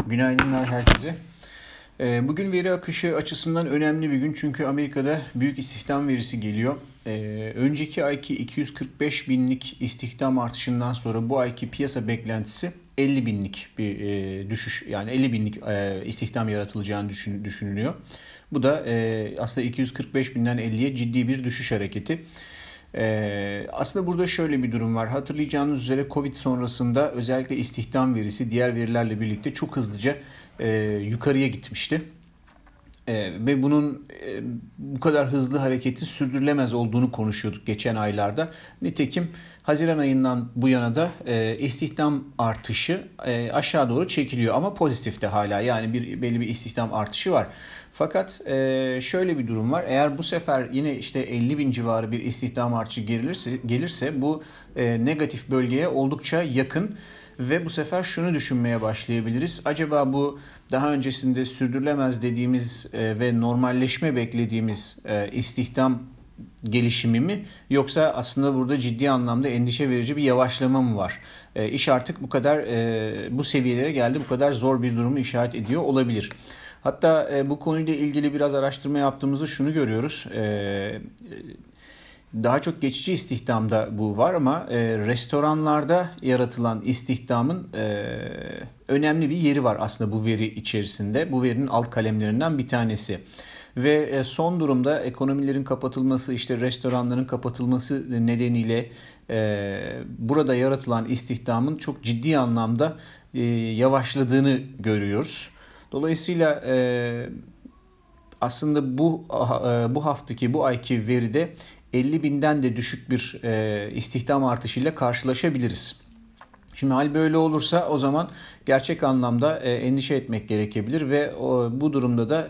Günaydınlar herkese. Bugün veri akışı açısından önemli bir gün çünkü Amerika'da büyük istihdam verisi geliyor. Önceki ayki 245 binlik istihdam artışından sonra bu ayki piyasa beklentisi 50 binlik bir düşüş, yani 50 binlik istihdam yaratılacağını düşünülüyor. Bu da aslında 245 binden 50'ye ciddi bir düşüş hareketi. Aslında burada şöyle bir durum var. Hatırlayacağınız üzere Covid sonrasında özellikle istihdam verisi diğer verilerle birlikte çok hızlıca yukarıya gitmişti. Ve bunun bu kadar hızlı hareketin sürdürülemez olduğunu konuşuyorduk geçen aylarda. Nitekim Haziran ayından bu yana da istihdam artışı aşağı doğru çekiliyor ama pozitif de hala, yani belli bir istihdam artışı var. Fakat şöyle bir durum var. Eğer bu sefer yine işte 50 bin civarı bir istihdam artışı gelirse bu negatif bölgeye oldukça yakın. Ve bu sefer şunu düşünmeye başlayabiliriz. Acaba bu daha öncesinde sürdürülemez dediğimiz ve normalleşme beklediğimiz istihdam gelişimi mi? Yoksa aslında burada ciddi anlamda endişe verici bir yavaşlama mı var? İş artık bu kadar bu seviyelere geldi, bu kadar zor bir durumu işaret ediyor olabilir. Hatta bu konuyla ilgili biraz araştırma yaptığımızda şunu görüyoruz. Daha çok geçici istihdamda bu var ama restoranlarda yaratılan istihdamın önemli bir yeri var aslında bu veri içerisinde. Bu verinin alt kalemlerinden bir tanesi. Ve son durumda ekonomilerin kapatılması, işte restoranların kapatılması nedeniyle burada yaratılan istihdamın çok ciddi anlamda yavaşladığını görüyoruz. Dolayısıyla aslında bu haftaki, bu ayki veride 50 binden de düşük bir istihdam artışıyla karşılaşabiliriz. Şimdi hal böyle olursa o zaman gerçek anlamda endişe etmek gerekebilir ve bu durumda da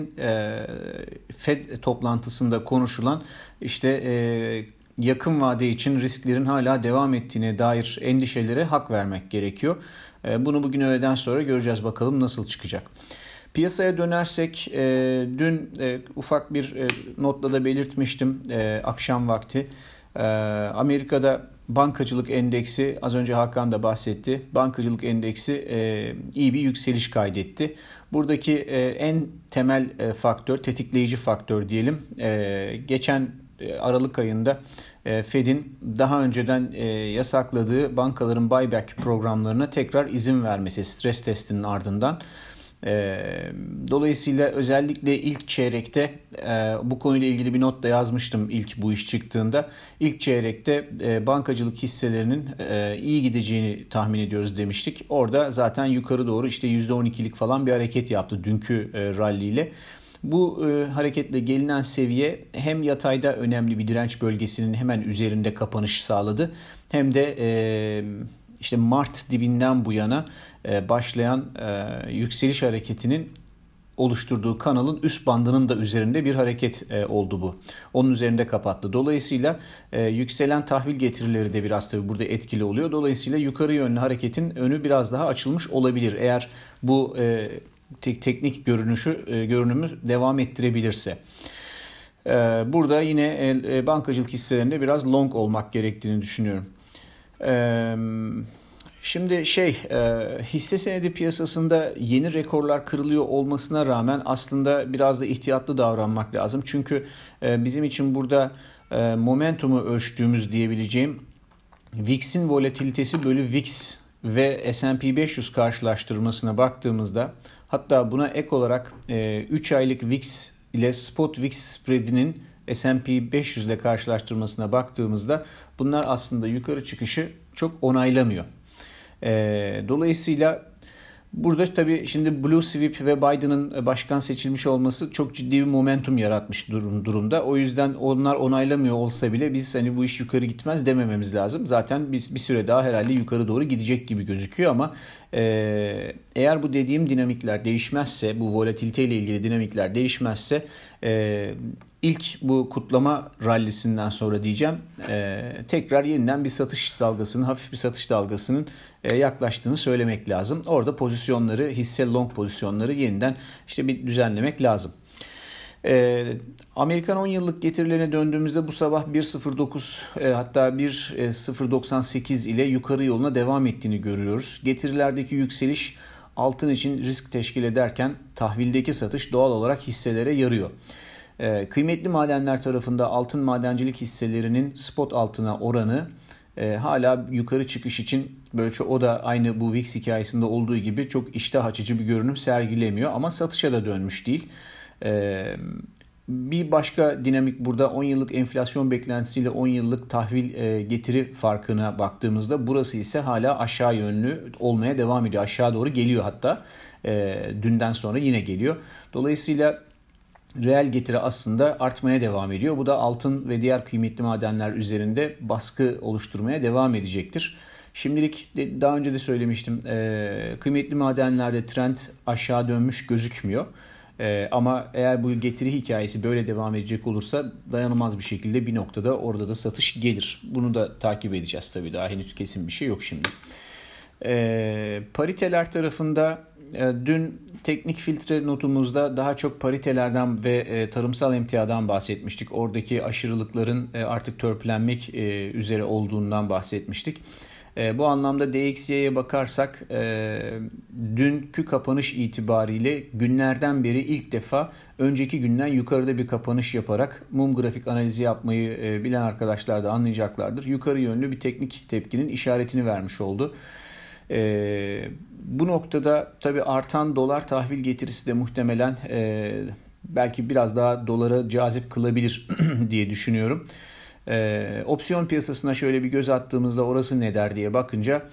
Fed toplantısında konuşulan işte yakın vade için risklerin hala devam ettiğine dair endişelere hak vermek gerekiyor. Bunu bugün öğleden sonra göreceğiz, bakalım nasıl çıkacak. Piyasaya dönersek dün ufak bir notla da belirtmiştim akşam vakti. Amerika'da bankacılık endeksi, az önce Hakan da bahsetti. Bankacılık endeksi iyi bir yükseliş kaydetti. Buradaki en temel faktör, tetikleyici faktör diyelim. Geçen Aralık ayında Fed'in daha önceden yasakladığı bankaların buyback programlarına tekrar izin vermesi, stres testinin ardından. Dolayısıyla özellikle ilk çeyrekte bu konuyla ilgili bir not da yazmıştım ilk bu iş çıktığında. İlk çeyrekte bankacılık hisselerinin iyi gideceğini tahmin ediyoruz demiştik. Orada zaten yukarı doğru işte %12'lik falan bir hareket yaptı dünkü rally ile. Bu hareketle gelinen seviye hem yatayda önemli bir direnç bölgesinin hemen üzerinde kapanış sağladı, hem de işte Mart dibinden bu yana başlayan yükseliş hareketinin oluşturduğu kanalın üst bandının da üzerinde bir hareket oldu bu. Onun üzerinde kapattı. Dolayısıyla yükselen tahvil getirileri de biraz tabii burada etkili oluyor. Dolayısıyla yukarı yönlü hareketin önü biraz daha açılmış olabilir. Eğer bu teknik görünümü devam ettirebilirse. Burada yine bankacılık hisselerinde biraz long olmak gerektiğini düşünüyorum. Şimdi hisse senedi piyasasında yeni rekorlar kırılıyor olmasına rağmen aslında biraz da ihtiyatlı davranmak lazım. Çünkü bizim için burada momentumu ölçtüğümüz diyebileceğim VIX'in volatilitesi bölü VIX ve S&P 500 karşılaştırmasına baktığımızda, hatta buna ek olarak 3 aylık VIX ile spot VIX spreadinin S&P 500 ile karşılaştırmasına baktığımızda bunlar aslında yukarı çıkışı çok onaylamıyor. Dolayısıyla burada tabii şimdi Blue Sweep ve Biden'ın başkan seçilmiş olması çok ciddi bir momentum yaratmış durumda. O yüzden onlar onaylamıyor olsa bile biz hani bu iş yukarı gitmez demememiz lazım. Zaten bir süre daha herhalde yukarı doğru gidecek gibi gözüküyor ama eğer bu dediğim dinamikler değişmezse, bu volatilite ile ilgili dinamikler değişmezse ilk bu kutlama rallisinden sonra diyeceğim tekrar yeniden bir satış dalgasının, hafif bir satış dalgasının yaklaştığını söylemek lazım. Orada pozisyonları, hisse long pozisyonları yeniden işte bir düzenlemek lazım. Amerikan 10 yıllık getirilerine döndüğümüzde bu sabah 1.09 hatta 1.098 ile yukarı yoluna devam ettiğini görüyoruz. Getirilerdeki yükseliş altın için risk teşkil ederken tahvildeki satış doğal olarak hisselere yarıyor. Kıymetli madenler tarafında altın madencilik hisselerinin spot altına oranı hala yukarı çıkış için böyle o da aynı bu VIX hikayesinde olduğu gibi çok iştah açıcı bir görünüm sergilemiyor ama satışa da dönmüş değil. Bir başka dinamik burada 10 yıllık enflasyon beklentisiyle 10 yıllık tahvil getiri farkına baktığımızda burası ise hala aşağı yönlü olmaya devam ediyor. Aşağı doğru geliyor hatta dünden sonra yine geliyor. Dolayısıyla reel getiri aslında artmaya devam ediyor. Bu da altın ve diğer kıymetli madenler üzerinde baskı oluşturmaya devam edecektir. Şimdilik daha önce de söylemiştim kıymetli madenlerde trend aşağı dönmüş gözükmüyor. Ama eğer bu getiri hikayesi böyle devam edecek olursa dayanılmaz bir şekilde bir noktada orada da satış gelir. Bunu da takip edeceğiz tabii, daha henüz kesin bir şey yok şimdi. Pariteler tarafında dün teknik filtre notumuzda daha çok paritelerden ve tarımsal emtiadan bahsetmiştik. Oradaki aşırılıkların artık törpülenmek üzere olduğundan bahsetmiştik. Bu anlamda DXY'ye bakarsak dünkü kapanış itibariyle günlerden beri ilk defa önceki günden yukarıda bir kapanış yaparak mum grafik analizi yapmayı bilen arkadaşlar da anlayacaklardır. Yukarı yönlü bir teknik tepkinin işaretini vermiş oldu. Bu noktada tabii artan dolar tahvil getirisi de muhtemelen belki biraz daha dolara cazip kılabilir diye düşünüyorum. Opsiyon piyasasına şöyle bir göz attığımızda orası ne der diye bakınca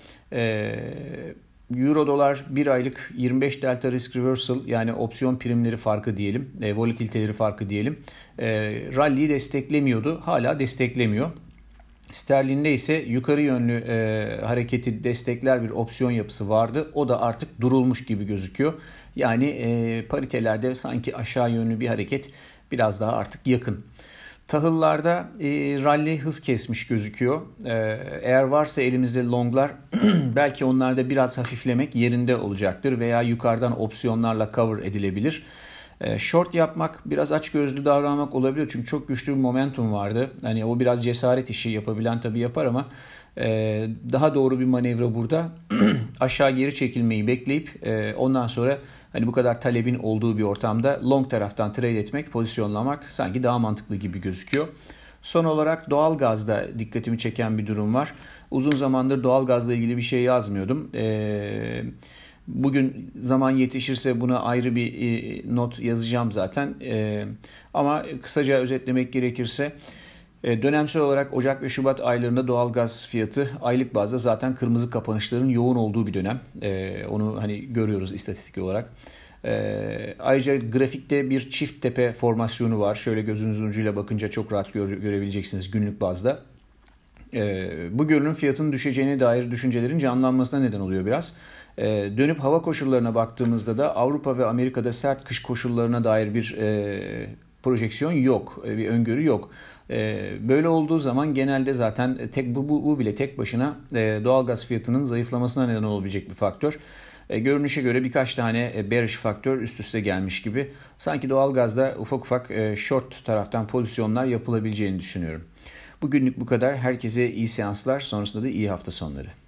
Euro dolar 1 aylık 25 delta risk reversal yani opsiyon primleri farkı diyelim, volatiliteleri farkı diyelim, rally'yi desteklemiyordu, hala desteklemiyor. Sterlinde ise yukarı yönlü hareketi destekler bir opsiyon yapısı vardı. O da artık durulmuş gibi gözüküyor. Yani paritelerde sanki aşağı yönlü bir hareket biraz daha artık yakın. Tahıllarda rally hız kesmiş gözüküyor. Eğer varsa elimizde longlar belki onlarda biraz hafiflemek yerinde olacaktır veya yukarıdan opsiyonlarla cover edilebilir. Short yapmak biraz açgözlü davranmak olabilir çünkü çok güçlü bir momentum vardı. Hani o biraz cesaret işi, yapabilen tabii yapar ama daha doğru bir manevra burada aşağı geri çekilmeyi bekleyip ondan sonra hani bu kadar talebin olduğu bir ortamda long taraftan trade etmek, pozisyonlamak sanki daha mantıklı gibi gözüküyor. Son olarak doğalgazda dikkatimi çeken bir durum var. Uzun zamandır doğalgazla ilgili bir şey yazmıyordum. Bugün zaman yetişirse buna ayrı bir not yazacağım zaten. Ama kısaca özetlemek gerekirse dönemsel olarak Ocak ve Şubat aylarında doğalgaz fiyatı aylık bazda zaten kırmızı kapanışların yoğun olduğu bir dönem. Onu hani görüyoruz istatistik olarak. Ayrıca grafikte bir çift tepe formasyonu var. Şöyle gözünüzün ucuyla bakınca çok rahat görebileceksiniz günlük bazda. Bu görünüm fiyatın düşeceğine dair düşüncelerin canlanmasına neden oluyor biraz. Dönüp hava koşullarına baktığımızda da Avrupa ve Amerika'da sert kış koşullarına dair bir projeksiyon yok, bir öngörü yok. Böyle olduğu zaman genelde zaten bu bile tek başına doğalgaz fiyatının zayıflamasına neden olabilecek bir faktör. Görünüşe göre birkaç tane bearish faktör üst üste gelmiş gibi. Sanki doğalgazda ufak ufak short taraftan pozisyonlar yapılabileceğini düşünüyorum. Bugünlük bu kadar. Herkese iyi seanslar. Sonrasında da iyi hafta sonları.